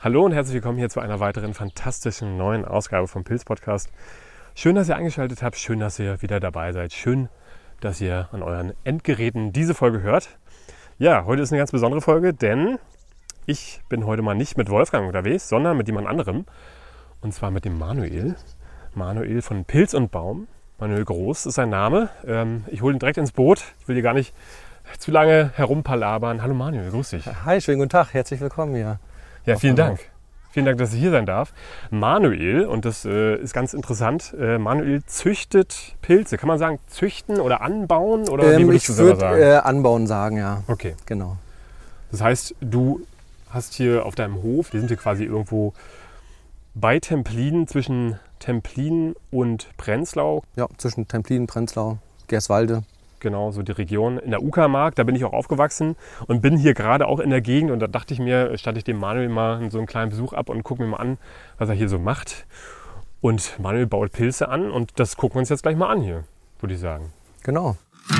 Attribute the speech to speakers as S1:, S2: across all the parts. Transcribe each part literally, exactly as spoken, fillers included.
S1: Hallo und herzlich willkommen hier zu einer weiteren fantastischen neuen Ausgabe vom Pilz-Podcast. Schön, dass ihr eingeschaltet habt, schön, dass ihr wieder dabei seid, schön, dass ihr an euren Endgeräten diese Folge hört. Ja, heute ist eine ganz besondere Folge, denn ich bin heute mal nicht mit Wolfgang unterwegs, sondern mit jemand anderem. Und zwar mit dem Manuel. Manuel von Pilz und Baum. Manuel Groß ist sein Name. Ich hole ihn direkt ins Boot. Ich will hier gar nicht zu lange herumpalabern. Hallo Manuel, grüß dich.
S2: Hi, schönen guten Tag, herzlich willkommen hier.
S1: Ja, vielen Dank. Vielen Dank, dass ich hier sein darf. Manuel, und das äh, ist ganz interessant, äh, Manuel züchtet Pilze. Kann man sagen, züchten oder anbauen? Oder
S2: ähm,
S1: wie
S2: ich
S1: du
S2: würde
S1: sagen?
S2: äh, anbauen sagen, ja.
S1: Okay.
S2: Genau.
S1: Das heißt, du hast hier auf deinem Hof, wir sind hier quasi irgendwo bei Templin, zwischen Templin und Prenzlau.
S2: Ja, zwischen Templin, Prenzlau, Gerswalde.
S1: Genau, so die Region in der Uckermark, da bin ich auch aufgewachsen und bin hier gerade auch in der Gegend. Und da dachte ich mir, statte ich dem Manuel mal so einen kleinen Besuch ab und gucke mir mal an, was er hier so macht. Und Manuel baut Pilze an und das gucken wir uns jetzt gleich mal an hier, würde ich sagen.
S2: Genau.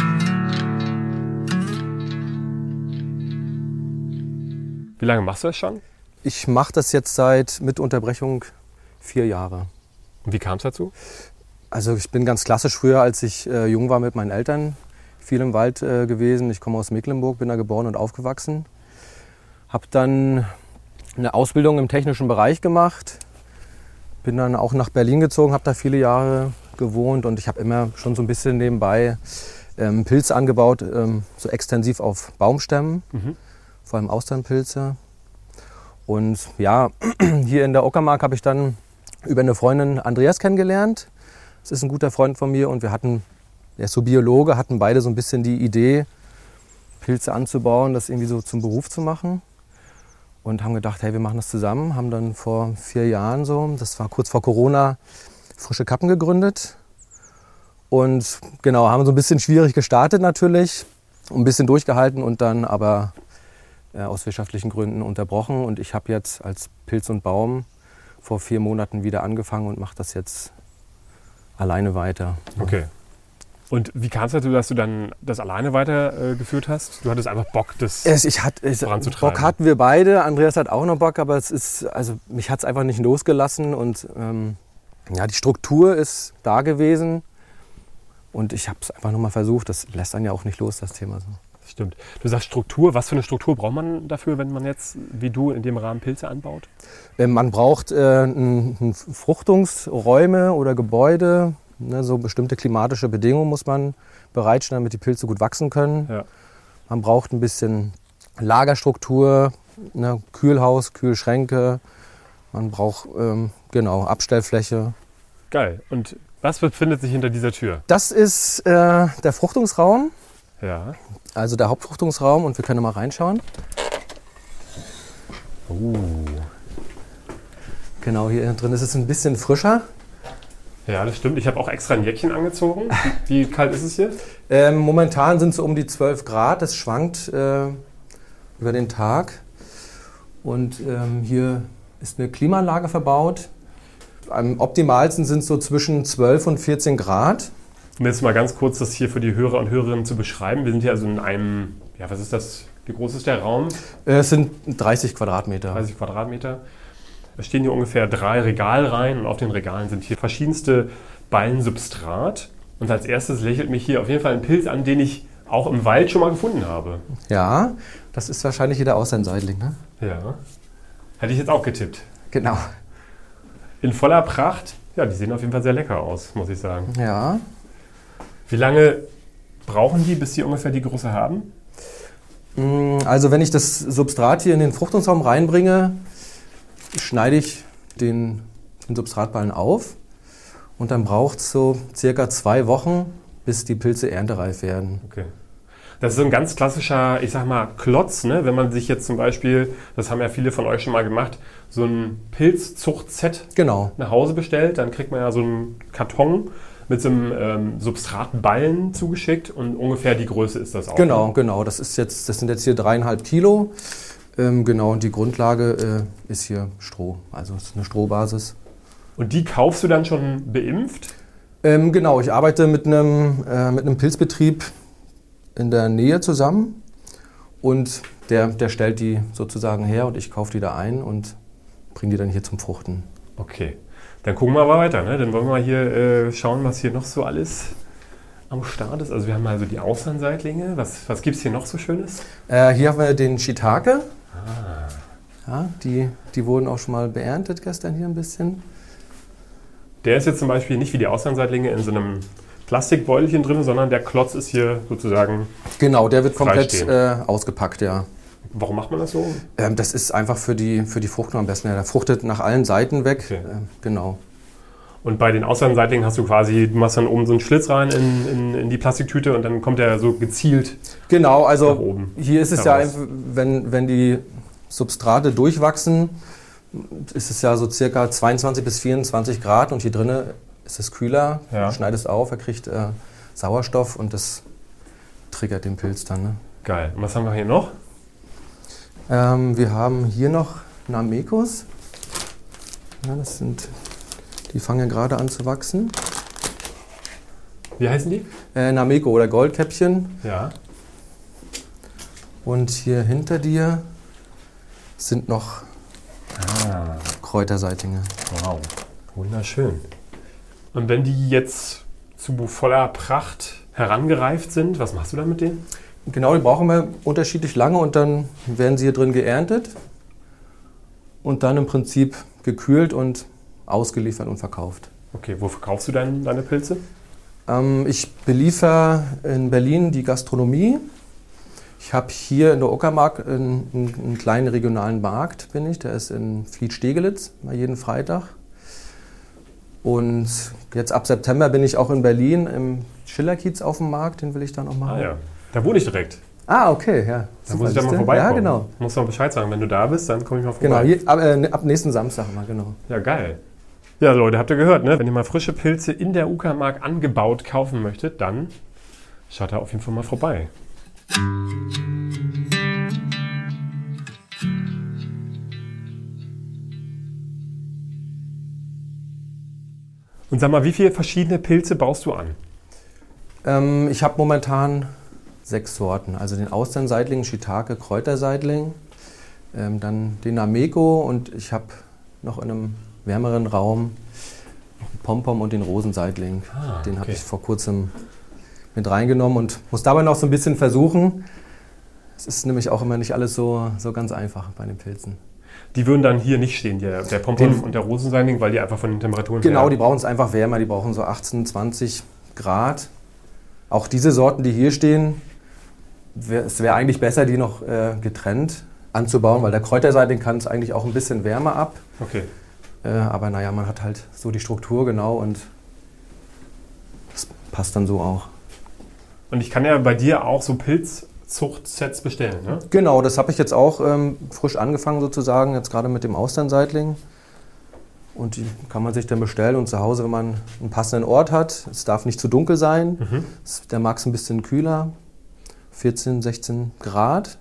S1: Wie lange machst du das schon?
S2: Ich mache das jetzt seit mit Unterbrechung vier Jahre.
S1: Und wie kam es dazu?
S2: Also ich bin ganz klassisch früher, als ich äh, jung war, mit meinen Eltern viel im Wald äh, gewesen. Ich komme aus Mecklenburg, bin da geboren und aufgewachsen. Habe dann eine Ausbildung im technischen Bereich gemacht. Bin dann auch nach Berlin gezogen, habe da viele Jahre gewohnt. Und ich habe immer schon so ein bisschen nebenbei ähm, Pilze angebaut, ähm, so extensiv auf Baumstämmen, mhm. vor allem Austernpilze. Und ja, hier in der Uckermark habe ich dann über eine Freundin Andreas kennengelernt. Das ist ein guter Freund von mir und wir hatten, er ist so Biologe, hatten beide so ein bisschen die Idee, Pilze anzubauen, das irgendwie so zum Beruf zu machen. Und haben gedacht, hey, wir machen das zusammen. Haben dann vor vier Jahren so, das war kurz vor Corona, Frische Kappen gegründet. Und genau, haben so ein bisschen schwierig gestartet natürlich, ein bisschen durchgehalten und dann aber äh, aus wirtschaftlichen Gründen unterbrochen. Und ich habe jetzt als Pilz und Baum vor vier Monaten wieder angefangen und mache das jetzt alleine weiter.
S1: Okay. Und wie kam es dazu, dass du dann das alleine weitergeführt äh, hast? Du hattest einfach Bock, das
S2: es, ich hat, es,
S1: voranzutreiben.
S2: Bock hatten wir beide. Andreas hat auch noch Bock, aber es ist, also mich hat es einfach nicht losgelassen. Und ähm, ja, die Struktur ist da gewesen. Und ich habe es einfach nochmal versucht. Das lässt dann ja auch nicht los, das Thema. So.
S1: Das stimmt. Du sagst Struktur. Was für eine Struktur braucht man dafür, wenn man jetzt, wie du, in dem Rahmen Pilze anbaut?
S2: Man braucht äh, ein, ein Fruchtungsräume oder Gebäude. Ne, so bestimmte klimatische Bedingungen muss man bereitstellen, damit die Pilze gut wachsen können. Ja. Man braucht ein bisschen Lagerstruktur, ne, Kühlhaus, Kühlschränke. Man braucht ähm, genau Abstellfläche.
S1: Geil. Und was befindet sich hinter dieser Tür?
S2: Das ist äh, der Fruchtungsraum.
S1: Ja.
S2: Also der Hauptfruchtungsraum und wir können mal reinschauen.
S1: Uh.
S2: Genau, hier drin ist es ein bisschen frischer.
S1: Ja, das stimmt. Ich habe auch extra ein Jäckchen angezogen. Wie, wie kalt ist es hier?
S2: Ähm, momentan sind es so um die zwölf Grad. Das schwankt äh, über den Tag. Und ähm, hier ist eine Klimaanlage verbaut. Am optimalsten sind es so zwischen zwölf und vierzehn Grad.
S1: Um jetzt mal ganz kurz das hier für die Hörer und Hörerinnen zu beschreiben. Wir sind hier also in einem, ja, was ist das? Wie groß ist der Raum?
S2: Es sind dreißig Quadratmeter.
S1: dreißig Quadratmeter. Da stehen hier ungefähr drei Regalreihen und auf den Regalen sind hier verschiedenste Ballen Substrat. Und als erstes lächelt mich hier auf jeden Fall ein Pilz an, den ich auch im Wald schon mal gefunden habe.
S2: Ja, das ist wahrscheinlich wieder Austernseitling, ne?
S1: Ja. Hätte ich jetzt auch getippt.
S2: Genau.
S1: In voller Pracht. Ja, die sehen auf jeden Fall sehr lecker aus, muss ich sagen.
S2: Ja.
S1: Wie lange brauchen die, bis sie ungefähr die Größe haben?
S2: Also wenn ich das Substrat hier in den Fruchtungsraum reinbringe, schneide ich den, den Substratballen auf und dann braucht es so circa zwei Wochen, bis die Pilze erntereif werden.
S1: Okay. Das ist so ein ganz klassischer, ich sag mal, Klotz, ne? Wenn man sich jetzt zum Beispiel, das haben ja viele von euch schon mal gemacht, so ein Pilzzucht-Set
S2: genau.
S1: nach Hause bestellt, dann kriegt man ja so einen Karton mit so einem ähm, Substratballen zugeschickt und ungefähr die Größe ist das auch.
S2: Genau, genau. Das ist jetzt, das sind jetzt hier dreieinhalb Kilo. Ähm, genau, und die Grundlage äh, ist hier Stroh. Also es ist eine Strohbasis.
S1: Und die kaufst du dann schon beimpft?
S2: Ähm, genau, ich arbeite mit einem, äh, mit einem Pilzbetrieb in der Nähe zusammen und der, der stellt die sozusagen her und ich kaufe die da ein und bringen die dann hier zum Fruchten.
S1: Okay, dann gucken wir aber weiter. Ne? Dann wollen wir mal hier äh, schauen, was hier noch so alles am Start ist. Also wir haben mal so die Austernseitlinge. Was, was gibt es hier noch so Schönes?
S2: Äh, hier haben wir den Shiitake.
S1: Ah.
S2: Ja, die, die wurden auch schon mal beerntet gestern hier ein bisschen.
S1: Der ist jetzt zum Beispiel nicht wie die Austernseitlinge in so einem Plastikbeutelchen drin, sondern der Klotz ist hier sozusagen.
S2: Genau, der wird komplett äh, ausgepackt, ja.
S1: Warum macht man das so?
S2: Ähm, das ist einfach für die, für die Fruchtung am besten. Ja, der fruchtet nach allen Seiten weg.
S1: Okay.
S2: Ähm, genau.
S1: Und bei den Austernenseitlingen hast du quasi, du machst dann oben so einen Schlitz rein in, in, in die Plastiktüte und dann kommt der so gezielt.
S2: Genau, also
S1: nach oben
S2: hier ist es
S1: heraus.
S2: ja, wenn, wenn die Substrate durchwachsen, ist es ja so circa zweiundzwanzig bis vierundzwanzig Grad und hier drinnen ist es kühler.
S1: Ja.
S2: Du schneidest auf, er kriegt äh, Sauerstoff und das triggert den Pilz dann. Ne?
S1: Geil. Und was haben wir hier noch?
S2: Ähm, wir haben hier noch Namekos. Ja, das sind, die fangen ja gerade an zu wachsen.
S1: Wie heißen die?
S2: Äh, Nameko oder Goldkäppchen.
S1: Ja.
S2: Und hier hinter dir sind noch
S1: Ah.
S2: Kräuterseitlinge.
S1: Wow. Wunderschön. Und wenn die jetzt zu voller Pracht herangereift sind, was machst du dann mit denen?
S2: Genau, die brauchen wir unterschiedlich lange und dann werden sie hier drin geerntet und dann im Prinzip gekühlt und ausgeliefert und verkauft.
S1: Okay, wo verkaufst du dein, deine Pilze?
S2: Ähm, ich beliefer in Berlin die Gastronomie. Ich habe hier in der Uckermark einen, einen kleinen regionalen Markt, bin ich. Der ist in Fliet-Stegelitz, mal jeden Freitag. Und jetzt ab September bin ich auch in Berlin im Schillerkiez auf dem Markt, den will ich dann noch machen.
S1: Ah ja, da wohne ich direkt.
S2: Ah, okay, ja.
S1: Da muss ich dann mal vorbeikommen.
S2: Ja, genau.
S1: Du musst mal Bescheid sagen, wenn du da bist, dann komme ich mal vorbei.
S2: Genau, hier, ab, äh, ab nächsten Samstag mal, genau.
S1: Ja, geil. Ja, Leute, habt ihr gehört, ne? Wenn ihr mal frische Pilze in der Uckermark angebaut kaufen möchtet, dann schaut da auf jeden Fall mal vorbei. Und sag mal, wie viele verschiedene Pilze baust du an?
S2: Ähm, ich habe momentan sechs Sorten. Also den Austernseitling, Shiitake, Kräuterseitling, ähm, dann den Nameko und ich habe noch in einem wärmeren Raum noch einen Pompom und den Rosenseitling.
S1: Ah,
S2: den
S1: okay.
S2: habe ich vor kurzem mit reingenommen und muss dabei noch so ein bisschen versuchen. Es ist nämlich auch immer nicht alles so, so ganz einfach bei den Pilzen.
S1: Die würden dann hier nicht stehen, der, der Pompon
S2: Den-
S1: und der Rosenseitling, weil die einfach von den Temperaturen
S2: Genau,
S1: her...
S2: die brauchen es einfach wärmer, die brauchen so achtzehn, zwanzig Grad. Auch diese Sorten, die hier stehen, wär, es wäre eigentlich besser, die noch äh, getrennt anzubauen, weil der Kräuterseitling kann es eigentlich auch ein bisschen wärmer ab.
S1: Okay.
S2: Äh, aber naja, man hat halt so die Struktur genau und das passt dann so auch.
S1: Und ich kann ja bei dir auch so Pilzzuchtsets bestellen, ne?
S2: Genau, das habe ich jetzt auch ähm, frisch angefangen sozusagen, jetzt gerade mit dem Austernseitling. Und die kann man sich dann bestellen und zu Hause, wenn man einen passenden Ort hat, es darf nicht zu dunkel sein,
S1: Mhm.
S2: es- der mag es ein bisschen kühler, vierzehn, sechzehn Grad.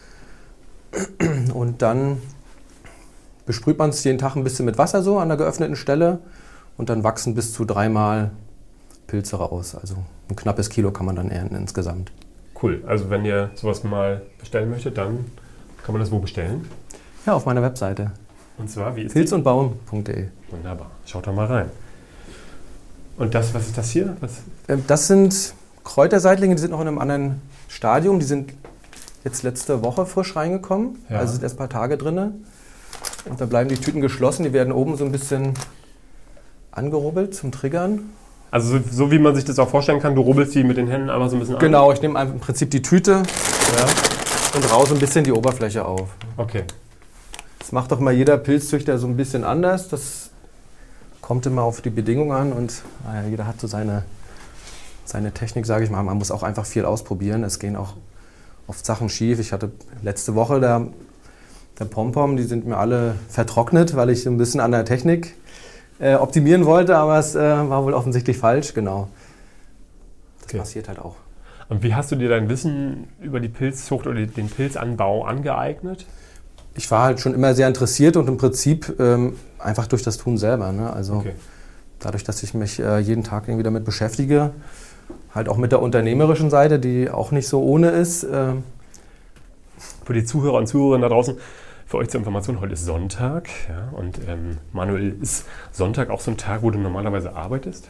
S2: Und dann besprüht man es jeden Tag ein bisschen mit Wasser so an der geöffneten Stelle und dann wachsen bis zu dreimal Pilze raus. Also ein knappes Kilo kann man dann ernten insgesamt.
S1: Cool. Also wenn ihr sowas mal bestellen möchtet, dann kann man das wo bestellen?
S2: Ja, auf meiner Webseite
S1: Und zwar, wie ist
S2: pilz und baum punkt de.
S1: die? Wunderbar. Schaut doch mal rein. Und das, was ist das hier? Was?
S2: Ähm, Das sind Kräuterseitlinge, die sind noch in einem anderen Stadium. Die sind jetzt letzte Woche frisch reingekommen,
S1: Ja.
S2: also sind erst ein paar Tage drin. Und da bleiben die Tüten geschlossen, die werden oben so ein bisschen angerubbelt zum Triggern.
S1: Also so, so wie man sich das auch vorstellen kann, du rubbelst die mit den Händen einmal so ein bisschen an?
S2: Genau, ich nehme einfach im Prinzip die Tüte
S1: Ja.
S2: und raus ein bisschen die Oberfläche auf.
S1: Okay.
S2: Das macht doch mal jeder Pilzzüchter so ein bisschen anders. Das kommt immer auf die Bedingungen an und naja, jeder hat so seine, seine Technik, sage ich mal. Man muss auch einfach viel ausprobieren. Es gehen auch oft Sachen schief. Ich hatte letzte Woche der, der Pompom, die sind mir alle vertrocknet, weil ich ein bisschen an der Technik äh, optimieren wollte, aber es äh, war wohl offensichtlich falsch, genau. Das
S1: Okay.
S2: passiert halt auch.
S1: Und wie hast du dir dein Wissen über die Pilzzucht oder den Pilzanbau angeeignet?
S2: Ich war halt schon immer sehr interessiert und im Prinzip ähm, einfach durch das Tun selber. Ne? Also
S1: Okay.
S2: dadurch, dass ich mich äh, jeden Tag irgendwie damit beschäftige, halt auch mit der unternehmerischen Seite, die auch nicht so ohne ist. Äh,
S1: Für die Zuhörer und Zuhörerinnen da draußen, Für euch zur Information, heute ist Sonntag. Ja, und ähm, Manuel, ist Sonntag auch so ein Tag, wo du normalerweise arbeitest?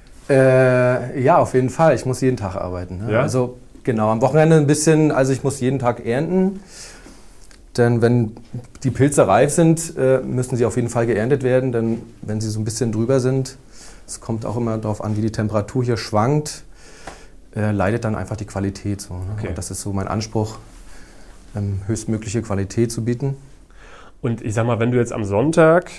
S2: Äh, ja, auf jeden Fall. Ich muss jeden Tag arbeiten. Ne?
S1: Ja?
S2: Also genau, am Wochenende ein bisschen, also ich muss jeden Tag ernten. Denn wenn die Pilze reif sind, äh, müssen sie auf jeden Fall geerntet werden. Denn wenn sie so ein bisschen drüber sind, es kommt auch immer darauf an, wie die Temperatur hier schwankt, äh, leidet dann einfach die Qualität. So, ne?
S1: Okay.
S2: Und das ist so mein Anspruch, ähm, höchstmögliche Qualität zu bieten.
S1: Und ich sag mal, wenn du jetzt am Sonntag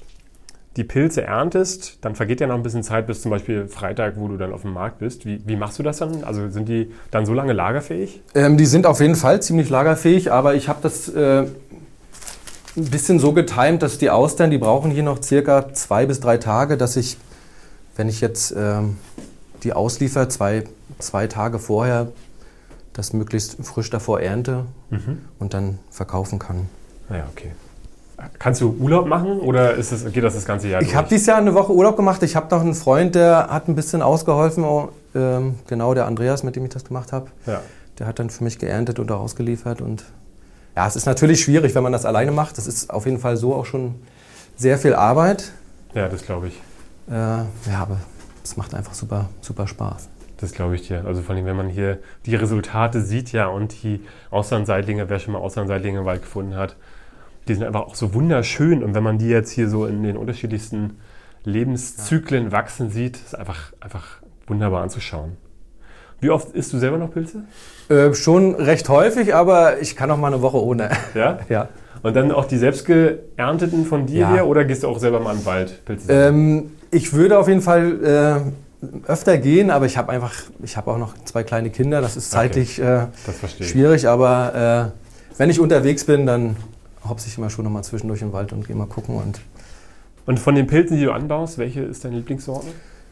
S1: die Pilze erntest, dann vergeht ja noch ein bisschen Zeit bis zum Beispiel Freitag, wo du dann auf dem Markt bist. Wie, wie machst du das dann? Also sind die dann so lange lagerfähig?
S2: Ähm, die sind auf jeden Fall ziemlich lagerfähig, aber ich habe das äh, ein bisschen so getimt, dass die Austern, die brauchen hier noch circa zwei bis drei Tage, dass ich, wenn ich jetzt ähm, die ausliefer, zwei, zwei Tage vorher, das möglichst frisch davor ernte
S1: Mhm.
S2: und dann verkaufen kann.
S1: Naja, okay. Kannst du Urlaub machen oder ist das, geht das das ganze Jahr
S2: Ich
S1: durch?
S2: habe dieses Jahr eine Woche Urlaub gemacht. Ich habe noch einen Freund, der hat ein bisschen ausgeholfen. Oh, ähm, genau, der Andreas, mit dem ich das gemacht habe.
S1: Ja.
S2: Der hat dann für mich geerntet und auch ausgeliefert. Und ja, es ist natürlich schwierig, wenn man das alleine macht. Das ist auf jeden Fall so auch schon sehr viel Arbeit.
S1: Ja, das glaube ich.
S2: Äh, ja, aber es macht einfach super, super Spaß.
S1: Das glaube ich dir. Also vor allem, wenn man hier die Resultate sieht, ja, und die Austernseitlinge, wer schon mal Austernseitlinge im Wald gefunden hat, die sind einfach auch so wunderschön. Und wenn man die jetzt hier so in den unterschiedlichsten Lebenszyklen ja. wachsen sieht, ist einfach, einfach wunderbar anzuschauen. Wie oft isst du selber noch Pilze?
S2: Äh, schon recht häufig, aber ich kann auch mal eine Woche ohne.
S1: Ja?
S2: Ja.
S1: Und dann auch die selbst geernteten von dir
S2: Ja.
S1: her oder gehst du auch selber mal im Wald Pilze
S2: Ähm, ich würde auf jeden Fall äh, öfter gehen, aber ich habe einfach, ich habe auch noch zwei kleine Kinder. Das ist zeitlich äh,
S1: das verstehe ich.
S2: schwierig, aber äh, wenn ich unterwegs bin, dann hopse ich immer schon noch mal zwischendurch im Wald und gehe mal gucken. Und,
S1: und von den Pilzen, die du anbaust, welche ist deine Lieblingssorte?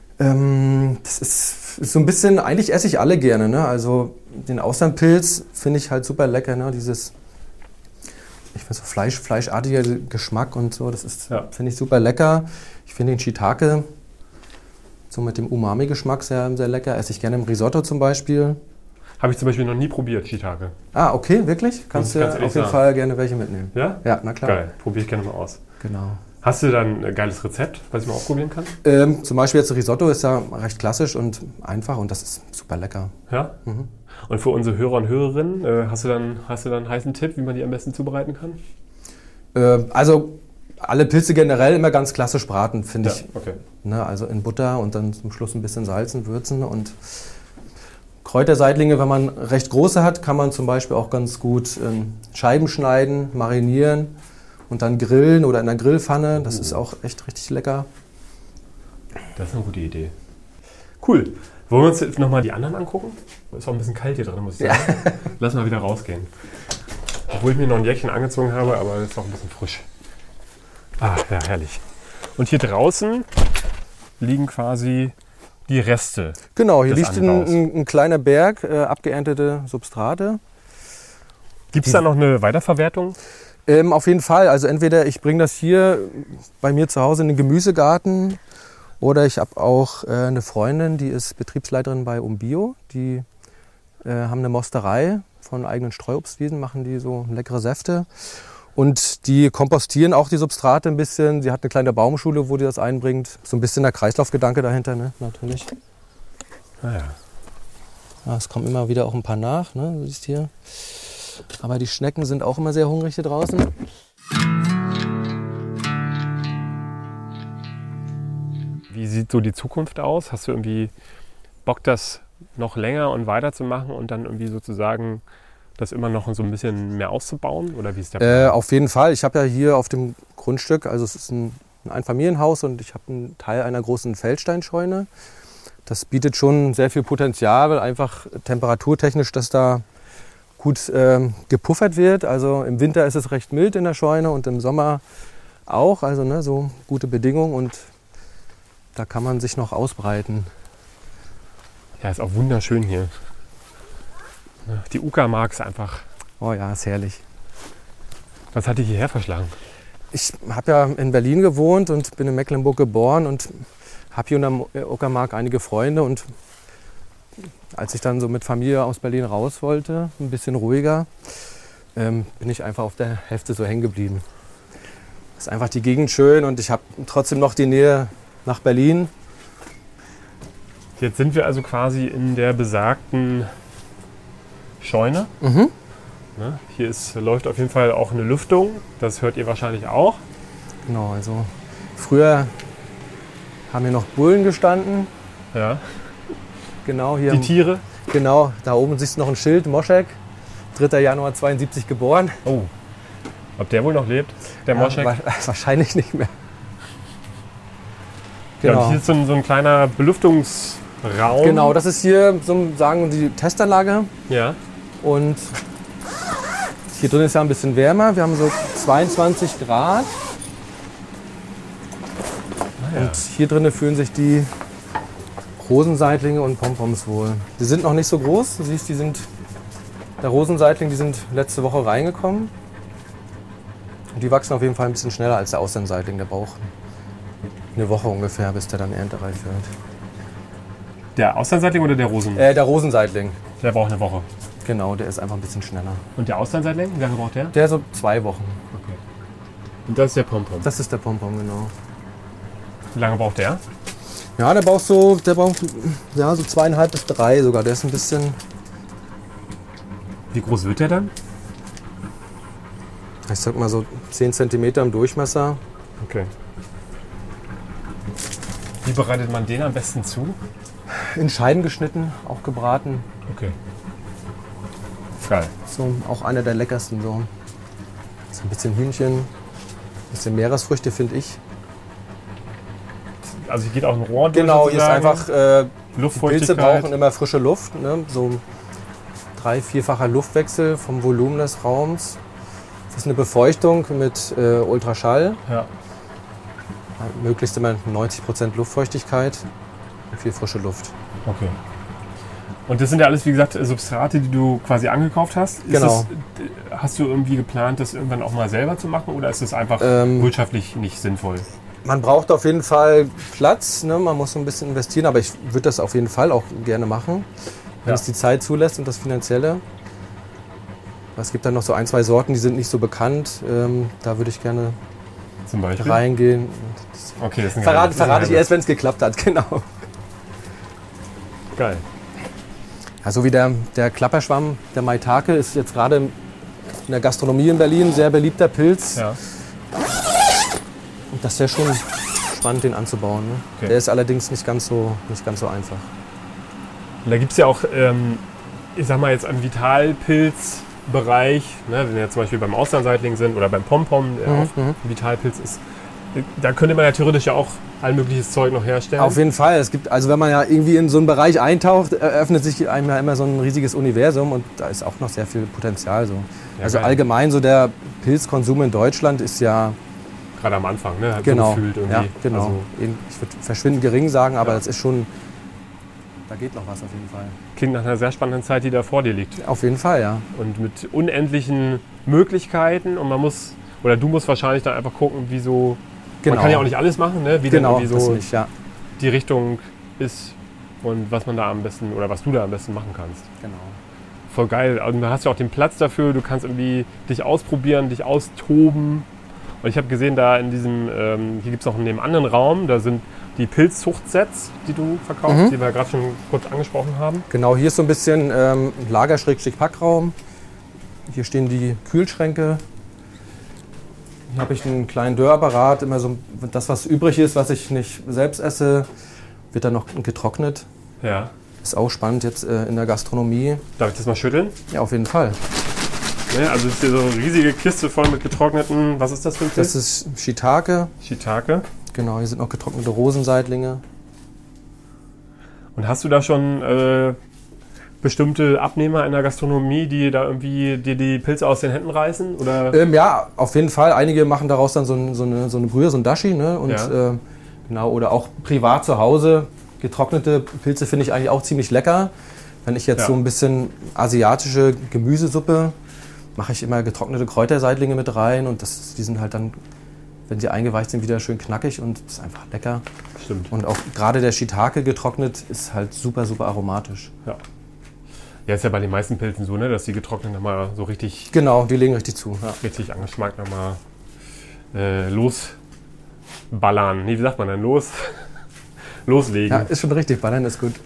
S2: ähm, das ist, ist so ein bisschen, eigentlich esse ich alle gerne. Ne? Also den Austernpilz finde ich halt super lecker. Ne? Dieses, ich weiß so Fleisch, fleischartiger Geschmack und so, das ist,
S1: Ja.
S2: finde ich super lecker. Ich finde den Shiitake so mit dem Umami-Geschmack sehr, sehr lecker. Esse ich gerne im Risotto zum Beispiel.
S1: Habe ich zum Beispiel noch nie probiert, Shiitake.
S2: Ah, okay, wirklich? Kannst du
S1: Ganz
S2: auf
S1: ehrlich
S2: jeden
S1: sagen.
S2: Fall gerne welche mitnehmen.
S1: Ja?
S2: Ja, na klar.
S1: Geil, probiere ich gerne mal aus.
S2: Genau.
S1: Hast du dann ein geiles Rezept, was ich mal ausprobieren kann?
S2: Ähm, zum Beispiel jetzt Risotto ist ja recht klassisch und einfach und das ist super lecker.
S1: Ja?
S2: Mhm.
S1: Und für unsere Hörer und Hörerinnen, äh, hast, du dann, hast du dann einen heißen Tipp, wie man die am besten zubereiten kann?
S2: Äh, also alle Pilze generell immer ganz klassisch braten, finde ich.
S1: okay.
S2: Ne, also in Butter und dann zum Schluss ein bisschen salzen, würzen und Kräuterseitlinge, wenn man recht große hat, kann man zum Beispiel auch ganz gut ähm, Scheiben schneiden, marinieren und dann grillen oder in der Grillpfanne. Das
S1: Oh.
S2: ist auch echt richtig lecker.
S1: Das ist eine gute Idee. Cool. Wollen wir uns jetzt nochmal die anderen angucken? Ist auch ein bisschen kalt hier drin, muss ich sagen. Ja. Lass mal wieder rausgehen. Obwohl ich mir noch ein Jäckchen angezogen habe, aber es ist auch ein bisschen frisch. Ah, ja, herrlich. Und hier draußen liegen quasi die Reste.
S2: Genau, hier
S1: des
S2: liegt ein,
S1: Anbaus.
S2: ein, ein kleiner Berg, äh, abgeerntete Substrate.
S1: Gibt es da noch eine Weiterverwertung?
S2: Ähm, auf jeden Fall. Also entweder ich bringe das hier bei mir zu Hause in den Gemüsegarten oder ich habe auch äh, eine Freundin, die ist Betriebsleiterin bei Umbio. Die äh, haben eine Mosterei von eigenen Streuobstwiesen, machen die so leckere Säfte. Und die kompostieren auch die Substrate ein bisschen. Sie hat eine kleine Baumschule, wo die das einbringt. So ein bisschen der Kreislaufgedanke dahinter, ne? Natürlich.
S1: Naja.
S2: Ja, es kommen immer wieder auch ein paar nach, ne? Du siehst hier. Aber die Schnecken sind auch immer sehr hungrig hier draußen.
S1: Wie sieht so die Zukunft aus? Hast du irgendwie Bock, das noch länger und weiter zu machen und dann irgendwie sozusagen das immer noch so ein bisschen mehr auszubauen? Oder wie ist der Plan?
S2: Äh, auf jeden Fall. Ich habe ja hier auf dem Grundstück, also es ist ein, ein Einfamilienhaus und ich habe einen Teil einer großen Feldsteinscheune. Das bietet schon sehr viel Potenzial, weil einfach temperaturtechnisch das da gut ähm, gepuffert wird. Also im Winter ist es recht mild in der Scheune und im Sommer auch. Also ne, so gute Bedingungen und da kann man sich noch ausbreiten.
S1: Ja, ist auch wunderschön hier. Die Uckermark ist einfach...
S2: Oh ja, ist herrlich.
S1: Was hat dich hierher verschlagen?
S2: Ich habe ja in Berlin gewohnt und bin in Mecklenburg geboren und habe hier unterm Uckermark einige Freunde. Und als ich dann so mit Familie aus Berlin raus wollte, ein bisschen ruhiger, ähm, bin ich einfach auf der Hälfte so hängen geblieben. Ist einfach die Gegend schön und ich habe trotzdem noch die Nähe nach Berlin.
S1: Jetzt sind wir also quasi in der besagten Scheune.
S2: Mhm.
S1: Ne? Hier ist, läuft auf jeden Fall auch eine Lüftung. Das hört ihr wahrscheinlich auch.
S2: Genau, also früher haben hier noch Bullen gestanden.
S1: Ja.
S2: Genau hier.
S1: Die
S2: im-
S1: Tiere.
S2: Genau, da oben siehst du noch ein Schild, Moschek, dritter Januar zweiundsiebzig geboren.
S1: Oh. Ob der wohl noch lebt, der
S2: Ja,
S1: Moschek?
S2: wa- wahrscheinlich nicht mehr.
S1: Ja, und
S2: Genau.
S1: hier ist so ein, so ein kleiner Belüftungsraum.
S2: Genau, das ist hier, so sagen wir, die Testanlage.
S1: Ja.
S2: Und hier drin ist ja ein bisschen wärmer. Wir haben so zweiundzwanzig Grad.
S1: Ah, ja.
S2: Und hier drinnen fühlen sich die Rosenseitlinge und Pompoms wohl. Die sind noch nicht so groß. Du siehst, die sind, der Rosenseitling, die sind letzte Woche reingekommen. Und die wachsen auf jeden Fall ein bisschen schneller als der Austernseitling. Der braucht eine Woche ungefähr, bis der dann erntereif wird.
S1: Der Austernseitling oder der Rosen?
S2: Äh, der Rosenseitling,
S1: Der braucht eine Woche.
S2: genau, der ist einfach ein bisschen schneller.
S1: Und der Austernseitling, wie lange braucht der?
S2: Der so zwei Wochen.
S1: Okay. Und das ist der Pompom.
S2: Das ist der Pompom, genau.
S1: Wie lange braucht der?
S2: Ja, der braucht so, der braucht ja, so zweieinhalb bis drei sogar. Der ist ein bisschen,
S1: Wie groß wird der dann?
S2: ich sag mal so zehn Zentimeter im Durchmesser.
S1: Okay. Wie bereitet man den am besten zu?
S2: In Scheiben geschnitten, auch gebraten.
S1: Okay. Geil.
S2: So auch einer der leckersten so. So ein bisschen Hühnchen, ein bisschen Meeresfrüchte finde ich.
S1: Also hier geht auch ein Rohr durch.
S2: Genau, hier ist
S1: sozusagen.
S2: einfach, äh, die Pilze
S1: Luftfeuchtigkeit.
S2: brauchen immer frische Luft. Ne? So ein drei-, vierfacher Luftwechsel vom Volumen des Raums. Das ist eine Befeuchtung mit äh, Ultraschall.
S1: Ja.
S2: Möglichst immer neunzig Prozent Luftfeuchtigkeit und viel frische Luft.
S1: Okay. Und das sind ja alles, wie gesagt, Substrate, die du quasi angekauft hast. Ist
S2: Genau.
S1: Das, hast du irgendwie geplant, das irgendwann auch mal selber zu machen oder ist das einfach
S2: Ähm,
S1: wirtschaftlich nicht sinnvoll?
S2: Man braucht auf jeden Fall Platz, ne? Man muss so ein bisschen investieren, aber ich würde das auf jeden Fall auch gerne machen, wenn
S1: Ja.
S2: es die Zeit zulässt und das Finanzielle. Es gibt dann noch so ein, zwei Sorten, die sind nicht so bekannt. Ähm, da würde ich gerne
S1: Zum Beispiel?
S2: reingehen.
S1: Okay, das ist ein
S2: Verrate,
S1: Geheimnis.
S2: verrate ich erst, wenn es geklappt hat, genau.
S1: Geil.
S2: Ja, so wie der, der Klapperschwamm, der Maitake, ist jetzt gerade in der Gastronomie in Berlin ein sehr beliebter Pilz.
S1: Ja.
S2: Und das wäre schon spannend, den anzubauen. Ne?
S1: Okay.
S2: Der ist allerdings nicht ganz so, nicht ganz so einfach.
S1: Und da gibt es ja auch, ähm, ich sag mal jetzt am Vitalpilzbereich, ne, wenn wir jetzt zum Beispiel beim Austernseitling sind oder beim Pompom, der
S2: Mhm,
S1: auch ein Vitalpilz ist, da könnte man ja theoretisch ja auch all mögliches Zeug noch herstellen.
S2: Auf jeden Fall. Es gibt, also wenn man ja irgendwie in so einen Bereich eintaucht, eröffnet sich einem ja immer so ein riesiges Universum und da ist auch noch sehr viel Potenzial. So.
S1: Ja,
S2: also
S1: geil.
S2: allgemein so der Pilzkonsum in Deutschland ist ja
S1: Gerade am Anfang, ne? Halt
S2: genau,
S1: so gefühlt irgendwie.
S2: ja, genau.
S1: Also,
S2: Ich würde verschwindend gering sagen, aber
S1: Ja.
S2: das ist schon, da geht noch was auf jeden Fall.
S1: klingt nach einer sehr spannenden Zeit, die da vor dir liegt.
S2: Auf jeden Fall, ja.
S1: Und mit unendlichen Möglichkeiten und man muss, oder du musst wahrscheinlich dann einfach gucken, wie so,
S2: Genau.
S1: man kann ja auch nicht alles machen, ne? Wie
S2: Genau,
S1: dann irgendwie
S2: das
S1: so
S2: nicht, ja.
S1: die Richtung ist und was man da am besten, oder was du da am besten machen kannst.
S2: Genau.
S1: Voll geil. Und du hast ja auch den Platz dafür, du kannst irgendwie dich ausprobieren, dich austoben. Und ich habe gesehen, da in diesem, ähm, hier gibt es noch in dem anderen Raum, da sind die Pilzzuchtsets, die du verkaufst,
S2: Mhm.
S1: die wir gerade schon kurz angesprochen haben.
S2: Genau, hier ist so ein bisschen ähm, Lager-Packraum. Hier stehen die Kühlschränke. Hier habe ich einen kleinen Dörrapparat. Immer so das, was übrig ist, was ich nicht selbst esse, wird dann noch getrocknet.
S1: Ja.
S2: Ist auch spannend jetzt äh, in der Gastronomie.
S1: Darf ich das mal schütteln?
S2: Ja, auf jeden Fall.
S1: Ne, also es ist hier so eine riesige Kiste voll mit getrockneten, was ist das für ein Pilz?
S2: Das ist Shiitake.
S1: Shiitake.
S2: Genau, hier sind noch getrocknete Rosenseitlinge.
S1: Und hast du da schon äh, bestimmte Abnehmer in der Gastronomie, die da irgendwie dir die Pilze aus den Händen reißen? Oder?
S2: Ähm, ja, auf jeden Fall. Einige machen daraus dann so, ein, so, eine, so eine Brühe, so ein Dashi. Ne? Und,
S1: Ja.
S2: äh, genau, oder auch privat zu Hause. Getrocknete Pilze finde ich eigentlich auch ziemlich lecker. Wenn ich jetzt
S1: Ja.
S2: so ein bisschen asiatische Gemüsesuppe, mache ich immer getrocknete Kräuterseitlinge mit rein. Und das, die sind halt dann, wenn sie eingeweicht sind, wieder schön knackig und ist einfach lecker.
S1: Stimmt.
S2: Und auch gerade der Shiitake getrocknet ist halt super, super aromatisch.
S1: Ja. Ja, ist ja bei den meisten Pilzen so, ne, dass die getrocknet nochmal so richtig...
S2: Genau, die legen richtig zu. Ja.
S1: Richtig angeschmackt nochmal äh, losballern. Nee, wie sagt man denn? Los... loslegen.
S2: Ja, ist schon richtig. Ballern ist gut.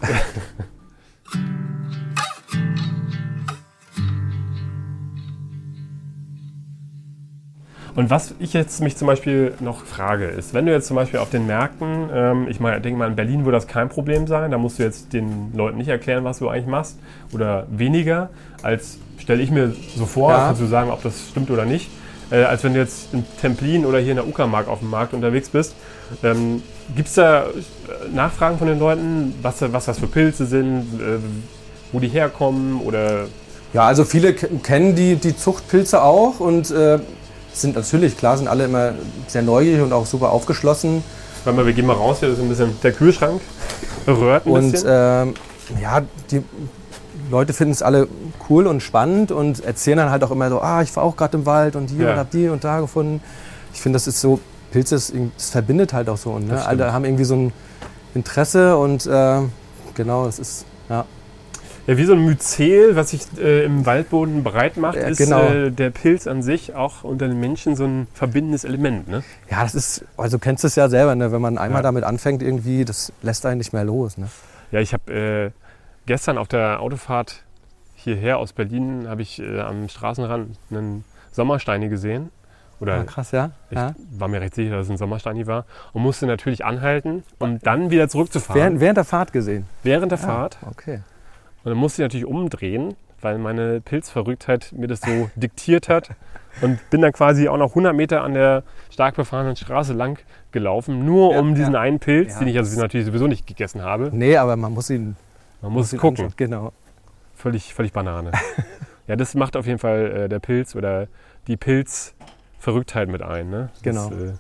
S1: Und was ich jetzt mich zum Beispiel noch frage, ist, wenn du jetzt zum Beispiel auf den Märkten, ähm, ich meine, denke mal, in Berlin würde das kein Problem sein, da musst du jetzt den Leuten nicht erklären, was du eigentlich machst oder weniger, als stelle ich mir so vor,
S2: Ja.
S1: kannst du sagen, ob das stimmt oder nicht, äh, als wenn du jetzt in Templin oder hier in der Uckermark auf dem Markt unterwegs bist. Ähm, Gibt es da Nachfragen von den Leuten, was, was das für Pilze sind, äh, wo die herkommen oder...
S2: Ja, also viele k- kennen die, die Zuchtpilze auch und äh, sind natürlich, klar, sind alle immer sehr neugierig und auch super aufgeschlossen.
S1: Warte mal, wir gehen mal raus, hier ist ein bisschen der Kühlschrank rührt ein
S2: Und
S1: bisschen.
S2: ähm, ja, die Leute finden es alle cool und spannend und erzählen dann halt auch immer so, ah, ich war auch gerade im Wald und hier
S1: Ja.
S2: und hab die und da gefunden. Ich finde, das ist so, Pilze, das, das verbindet halt auch so. Und, ne?
S1: Das stimmt.
S2: Alle haben irgendwie so ein Interesse und äh, genau, das ist, ja.
S1: Ja, wie so ein Myzel, was sich äh, im Waldboden breit macht,
S2: Ja,
S1: ist
S2: genau.
S1: äh, der Pilz an sich auch unter den Menschen so ein verbindendes Element. Ne?
S2: Ja, das ist, also du kennst es ja selber, ne? Wenn man einmal
S1: Ja.
S2: damit anfängt irgendwie, das lässt einen nicht mehr los. Ne?
S1: Ja, ich habe äh, gestern auf der Autofahrt hierher aus Berlin, habe ich äh, am Straßenrand einen Sommersteini gesehen. Oder
S2: Ah, krass, ja?
S1: ich
S2: ja.
S1: war mir recht sicher, dass es ein Sommersteini war. Und musste natürlich anhalten, um dann wieder zurückzufahren.
S2: Während, während der Fahrt gesehen.
S1: Während der
S2: Ja,
S1: Fahrt.
S2: Okay.
S1: Und dann musste ich natürlich umdrehen, weil meine Pilzverrücktheit mir das so diktiert hat. Und bin dann quasi auch noch hundert Meter an der stark befahrenen Straße lang gelaufen, nur
S2: Ja,
S1: um diesen
S2: ja.
S1: einen Pilz,
S2: Ja,
S1: den ich also
S2: das-
S1: natürlich sowieso nicht gegessen habe.
S2: Nee, aber man muss ihn,
S1: Man muss
S2: ihn
S1: gucken.
S2: anschauen. Genau.
S1: Völlig, völlig Banane. Ja, das macht auf jeden Fall äh, der Pilz oder die Pilzverrücktheit mit ein. Ne?
S2: Genau.
S1: Das, äh,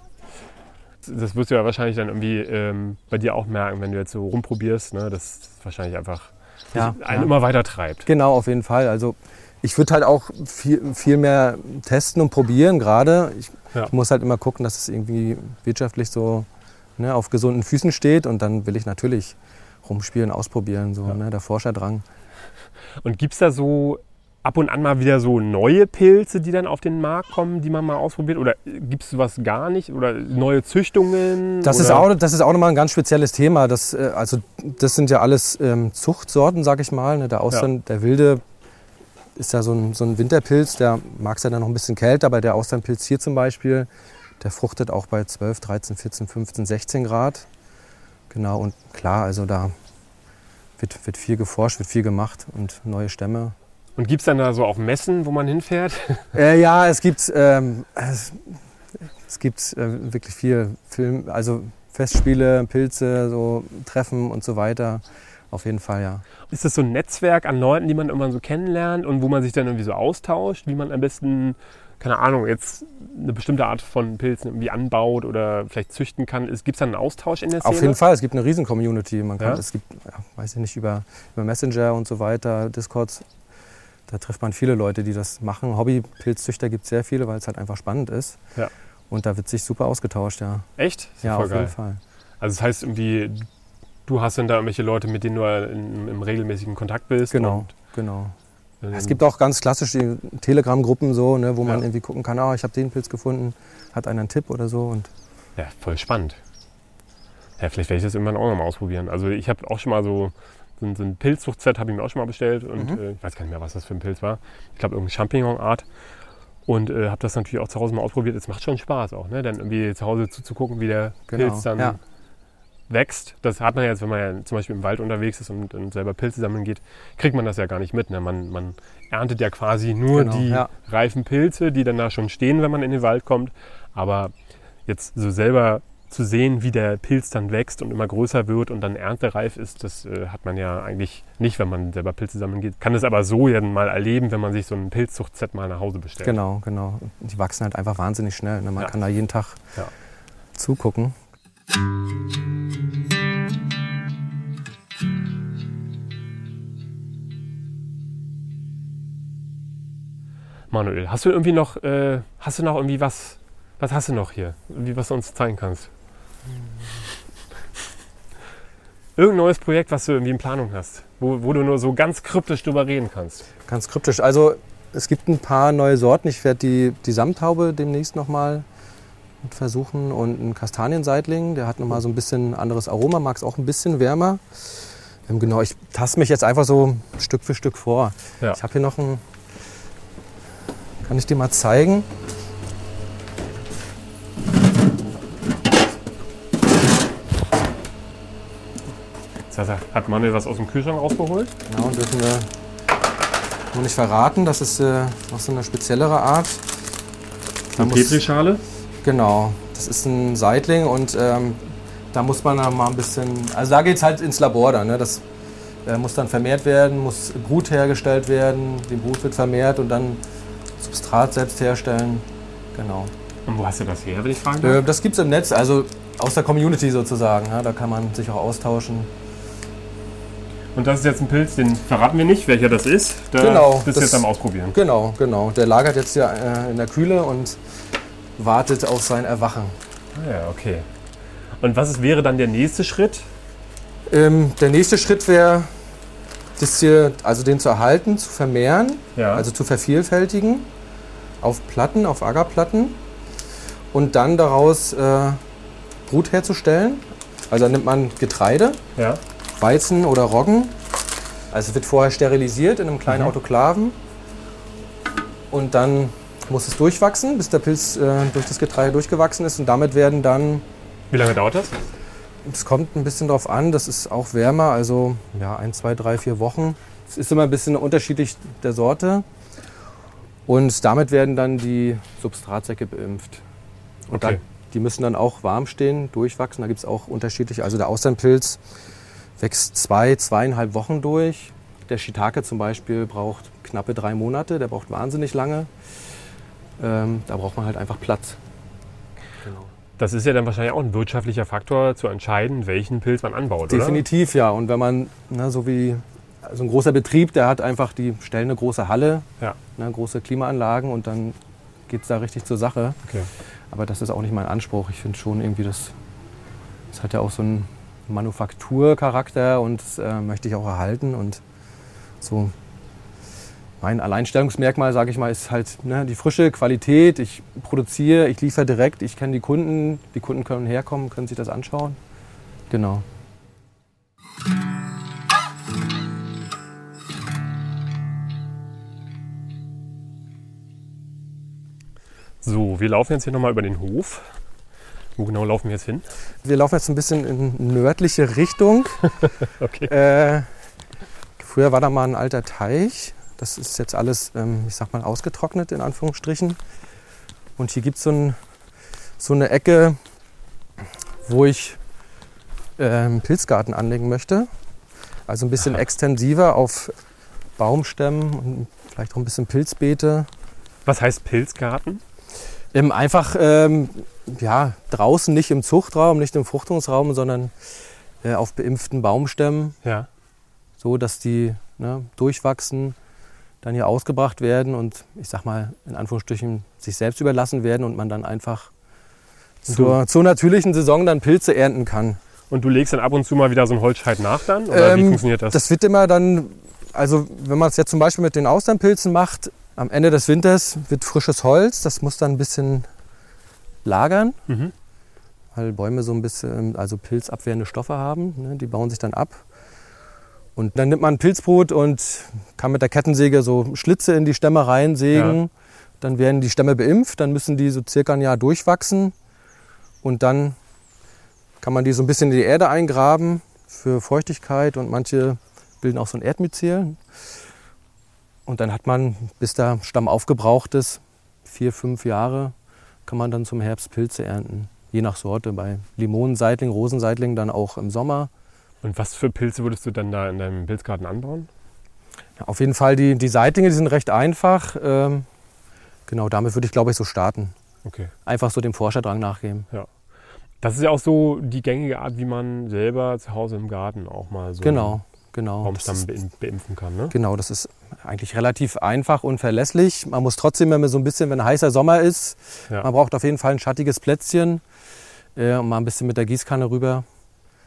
S1: das wirst du ja wahrscheinlich dann irgendwie ähm, bei dir auch merken, wenn du jetzt so rumprobierst, ne? dass das wahrscheinlich einfach
S2: Ja,
S1: dich einen
S2: ja.
S1: immer weiter treibt.
S2: Genau, auf jeden Fall. Also ich würde halt auch viel, viel mehr testen und probieren gerade. Ich,
S1: Ja.
S2: ich muss halt immer gucken, dass es irgendwie wirtschaftlich so, ne, auf gesunden Füßen steht. Und dann will ich natürlich rumspielen, ausprobieren, so,
S1: Ja.
S2: ne, der Forscherdrang.
S1: Und gibt es da so ab und an mal wieder so neue Pilze, die dann auf den Markt kommen, die man mal ausprobiert? Oder gibt es sowas gar nicht? Oder neue Züchtungen?
S2: Das
S1: oder?
S2: ist, auch, das ist auch nochmal ein ganz spezielles Thema. Das, äh, also, das sind ja alles ähm, Zuchtsorten, sag ich mal. Ne? Der Austern, der wilde ist ja so ein, so ein Winterpilz, der mag es ja dann noch ein bisschen kälter, aber der Austernpilz hier zum Beispiel, der fruchtet auch bei zwölf, dreizehn, vierzehn, fünfzehn, sechzehn Grad. Genau, und klar, also da wird, wird viel geforscht, wird viel gemacht und neue Stämme.
S1: Und gibt es dann da so auch Messen, wo man hinfährt?
S2: Äh, ja, es gibt, ähm, es, es gibt äh, wirklich viel Film, also Festspiele, Pilze, so Treffen und so weiter. Auf jeden Fall, ja.
S1: Ist das so ein Netzwerk an Leuten, die man irgendwann so kennenlernt und wo man sich dann irgendwie so austauscht, wie man am besten, keine Ahnung, jetzt eine bestimmte Art von Pilzen irgendwie anbaut oder vielleicht züchten kann? Gibt es da einen Austausch in der Szene?
S2: Auf jeden Fall, es gibt eine riesen Community. Man kann,
S1: Ja?
S2: Es gibt, ja, weiß ich nicht, über, über Messenger und so weiter, Discords. Da trifft man viele Leute, die das machen. Hobbypilzzüchter gibt es sehr viele, weil es halt einfach spannend ist.
S1: Ja.
S2: Und da wird sich super ausgetauscht, ja.
S1: Echt? Ist
S2: Ja,
S1: voll
S2: auf
S1: geil.
S2: jeden Fall.
S1: Also das heißt irgendwie, du hast dann da irgendwelche Leute, mit denen du in, im regelmäßigen Kontakt bist?
S2: Genau, genau.
S1: Und, ähm,
S2: Es gibt auch ganz klassisch die Telegram-Gruppen, so, ne, wo man
S1: Ja.
S2: irgendwie gucken kann, ah, ich habe den Pilz gefunden, hat einer einen Tipp oder so. Und
S1: Ja, voll spannend. Ja, vielleicht werde ich das irgendwann auch noch mal ausprobieren. Also ich habe auch schon mal so, so ein, so ein Pilzzuchtset habe ich mir auch schon mal bestellt und
S2: Mhm.
S1: äh, ich weiß gar nicht mehr, was das für ein Pilz war. Ich glaube, irgendeine Champignon-Art. Und äh, habe das natürlich auch zu Hause mal ausprobiert. Es macht schon Spaß auch, ne? Dann irgendwie zu Hause zuzugucken, wie der
S2: Genau,
S1: Pilz dann
S2: ja.
S1: wächst. Das hat man ja jetzt, wenn man ja zum Beispiel im Wald unterwegs ist und, und selber Pilze sammeln geht, kriegt man das ja gar nicht mit. Ne? Man, man erntet ja quasi nur
S2: Genau,
S1: die
S2: ja.
S1: reifen Pilze, die dann da schon stehen, wenn man in den Wald kommt. Aber jetzt so selber zu sehen, wie der Pilz dann wächst und immer größer wird und dann erntereif ist, das äh, hat man ja eigentlich nicht, wenn man selber Pilze sammeln geht. Kann es aber so ja dann mal erleben, wenn man sich so ein Pilzzuchtset mal nach Hause bestellt.
S2: Genau, genau. Die wachsen halt einfach wahnsinnig schnell. Ne? Man
S1: Ja.
S2: kann da jeden Tag
S1: Ja.
S2: zugucken.
S1: Manuel, hast du irgendwie noch, äh, hast du noch irgendwie was, was hast du noch hier? Irgendwie, was du uns zeigen kannst? Irgendein neues Projekt, was du irgendwie in Planung hast, wo, wo du nur so ganz kryptisch drüber reden kannst?
S2: Ganz kryptisch. Also es gibt ein paar neue Sorten. Ich werde die, die Samttaube demnächst nochmal versuchen und einen Kastanienseitling. Der hat nochmal so ein bisschen anderes Aroma, mag es auch ein bisschen wärmer. Ähm, genau, ich taste mich jetzt einfach so Stück für Stück vor.
S1: Ja.
S2: Ich habe hier noch ein... Kann ich dir mal zeigen?
S1: Das heißt, hat Manuel was aus dem Kühlschrank rausgeholt?
S2: Genau, dürfen wir noch nicht verraten. Das ist äh, noch so eine speziellere Art.
S1: Eine Petrischale?
S2: Genau, das ist ein Seitling und ähm, da muss man dann mal ein bisschen... Also da geht es halt ins Labor dann. Ne? Das äh, muss dann vermehrt werden, muss Brut hergestellt werden. Die Brut wird vermehrt und dann Substrat selbst herstellen. Genau.
S1: Und wo hast du das her, wenn ich fragen darf?
S2: Äh, das gibt es im Netz, also aus der Community sozusagen. Ja? Da kann man sich auch austauschen.
S1: Und das ist jetzt ein Pilz, den verraten wir nicht, welcher das ist. Da
S2: Genau,
S1: bist du
S2: das-
S1: jetzt am Ausprobieren.
S2: Genau, genau. Der lagert jetzt ja äh, in der Kühle und wartet auf sein Erwachen.
S1: Ah ja, okay. Und was ist, wäre dann der nächste Schritt?
S2: Ähm, der nächste Schritt wäre, das hier, also den zu erhalten, zu vermehren,
S1: Ja.
S2: also zu vervielfältigen auf Platten, auf Agarplatten und dann daraus äh, Brut herzustellen. Also dann nimmt man Getreide,
S1: ja.
S2: Weizen oder Roggen. Also es wird vorher sterilisiert in einem kleinen
S1: Mhm.
S2: Autoklaven und dann muss es durchwachsen, bis der Pilz äh, durch das Getreide durchgewachsen ist und damit werden dann,
S1: Wie lange dauert das?
S2: es kommt ein bisschen drauf an, das ist auch wärmer, also ja, ein, zwei, drei, vier Wochen. Es ist immer ein bisschen unterschiedlich der Sorte und damit werden dann die Substratsäcke beimpft. Und
S1: Okay.
S2: da, die müssen dann auch warm stehen, durchwachsen, da gibt es auch unterschiedliche, also der Austernpilz wächst zwei, zweieinhalb Wochen durch. Der Shiitake zum Beispiel braucht knappe drei Monate, der braucht wahnsinnig lange. Ähm, da braucht man halt einfach Platz. Genau.
S1: Das ist ja dann wahrscheinlich auch ein wirtschaftlicher Faktor, zu entscheiden, welchen Pilz man anbaut,
S2: Definitiv, ja. Und wenn man, ne, so wie also ein großer Betrieb, der hat einfach, die stellen eine große Halle,
S1: Ja.
S2: ne, große Klimaanlagen und dann geht es da richtig zur Sache.
S1: Okay.
S2: Aber das ist auch nicht mein Anspruch. Ich finde schon irgendwie, das, das hat ja auch so einen Manufakturcharakter und das äh, möchte ich auch erhalten. Und so mein Alleinstellungsmerkmal, sage ich mal, ist halt ne, die frische Qualität. Ich produziere, ich liefere direkt, ich kenne die Kunden. Die Kunden können herkommen, können sich das anschauen. Genau.
S1: So, wir laufen jetzt hier nochmal über den Hof. Wo genau laufen wir jetzt hin?
S2: Wir laufen jetzt ein bisschen in nördliche Richtung.
S1: Okay.
S2: Äh, früher war da mal ein alter Teich. Das ist jetzt alles, ähm, ich sag mal, ausgetrocknet in Anführungsstrichen. Und hier gibt es so, ein, so eine Ecke, wo ich äh, einen Pilzgarten anlegen möchte. Also ein bisschen
S1: Aha.
S2: extensiver auf Baumstämmen und vielleicht auch ein bisschen Pilzbeete.
S1: Was heißt Pilzgarten?
S2: Ähm, einfach ähm, ja, draußen, nicht im Zuchtraum, nicht im Fruchtungsraum, sondern äh, auf beimpften Baumstämmen,
S1: Ja.
S2: so dass die ne, durchwachsen, dann hier ausgebracht werden und ich sag mal in Anführungsstrichen sich selbst überlassen werden und man dann einfach
S1: So.
S2: zur, zur natürlichen Saison dann Pilze ernten kann.
S1: Und du legst dann ab und zu mal wieder so einen Holzscheit nach dann? Oder wie
S2: Ähm,
S1: funktioniert das?
S2: Das wird immer dann, also wenn man es jetzt zum Beispiel mit den Austernpilzen macht, am Ende des Winters wird frisches Holz, das muss dann ein bisschen lagern,
S1: Mhm.
S2: weil Bäume so ein bisschen, also pilzabwehrende Stoffe haben, ne, die bauen sich dann ab. Und dann nimmt man ein Pilzbrot und kann mit der Kettensäge so Schlitze in die Stämme reinsägen.
S1: Ja.
S2: Dann werden die Stämme beimpft, dann müssen die so circa ein Jahr durchwachsen. Und dann kann man die so ein bisschen in die Erde eingraben für Feuchtigkeit und manche bilden auch so ein Erdmyzel. Und dann hat man, bis der Stamm aufgebraucht ist, vier, fünf Jahre, kann man dann zum Herbst Pilze ernten. Je nach Sorte, bei Limonenseitling, Rosenseitling dann auch im Sommer.
S1: Und was für Pilze würdest du dann da in deinem Pilzgarten anbauen?
S2: Ja, auf jeden Fall die, die Seitlinge, die sind recht einfach. Ähm, genau, damit würde ich, glaube ich, so starten.
S1: Okay.
S2: Einfach so dem Forscherdrang nachgeben.
S1: Das ist ja auch so die gängige Art, wie man selber zu Hause im Garten auch mal so
S2: Genau, genau.
S1: einen
S2: Das
S1: Baumstamm
S2: ist,
S1: beim- beimpfen kann. Ne?
S2: genau, das ist eigentlich relativ einfach und verlässlich. Man muss trotzdem immer so ein bisschen, wenn heißer Sommer ist,
S1: Ja.
S2: man braucht auf jeden Fall ein schattiges Plätzchen äh, und mal ein bisschen mit der Gießkanne rüber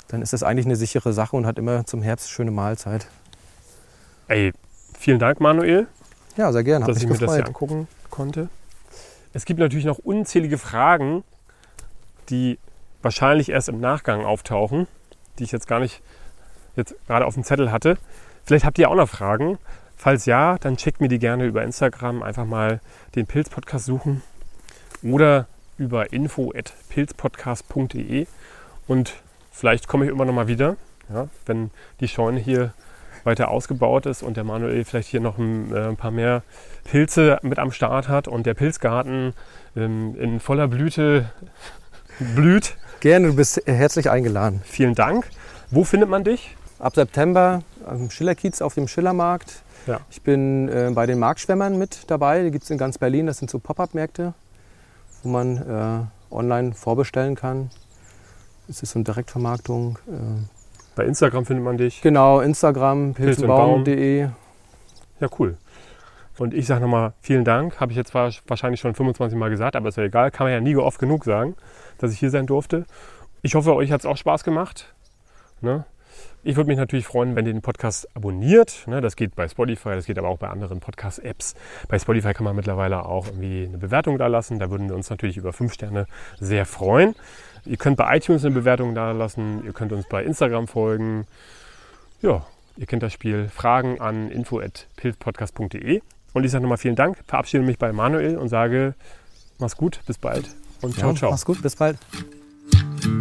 S2: dann ist das eigentlich eine sichere Sache und hat immer zum Herbst schöne Mahlzeit.
S1: Ey, vielen Dank, Manuel.
S2: Ja, sehr gerne.
S1: Dass ich mir gefreut. das hier angucken konnte. Es gibt natürlich noch unzählige Fragen, die wahrscheinlich erst im Nachgang auftauchen, die ich jetzt gar nicht jetzt gerade auf dem Zettel hatte. Vielleicht habt ihr auch noch Fragen. Falls ja, dann checkt mir die gerne über Instagram. Einfach mal den Pilz-Podcast suchen oder über info at pilzpodcast punkt de und vielleicht komme ich immer noch mal wieder, ja, wenn die Scheune hier weiter ausgebaut ist und der Manuel vielleicht hier noch ein, äh, ein paar mehr Pilze mit am Start hat und der Pilzgarten ähm, in voller Blüte blüht.
S2: Gerne, du bist herzlich eingeladen.
S1: Vielen Dank. Wo findet man dich?
S2: Ab September am Schillerkiez auf dem Schillermarkt.
S1: Ja.
S2: Ich bin äh, bei den Marktschwemmern mit dabei. Die gibt es in ganz Berlin. Das sind so Pop-up-Märkte, wo man äh, online vorbestellen kann. Es ist so eine Direktvermarktung. Äh,
S1: Bei Instagram findet man dich.
S2: Genau, Instagram, pilzenbaum punkt de.
S1: Ja, cool. Und ich sage nochmal vielen Dank. Habe ich jetzt wahrscheinlich schon fünfundzwanzig Mal gesagt, aber ist ja egal. Kann man ja nie oft genug sagen, dass ich hier sein durfte. Ich hoffe, euch hat es auch Spaß gemacht. Ne? Ich würde mich natürlich freuen, wenn ihr den Podcast abonniert. Ne? Das geht bei Spotify, das geht aber auch bei anderen Podcast-Apps. Bei Spotify kann man mittlerweile auch irgendwie eine Bewertung da lassen. Da würden wir uns natürlich über fünf Sterne sehr freuen. Ihr könnt bei iTunes eine Bewertung da lassen. Ihr könnt uns bei Instagram folgen. Ja, ihr kennt das Spiel. Fragen an info at pilzpodcast punkt de. Und ich sage nochmal vielen Dank, verabschiede mich bei Manuel und sage, mach's gut, bis bald und ciao,
S2: ja,
S1: ciao.
S2: Mach's gut, bis bald.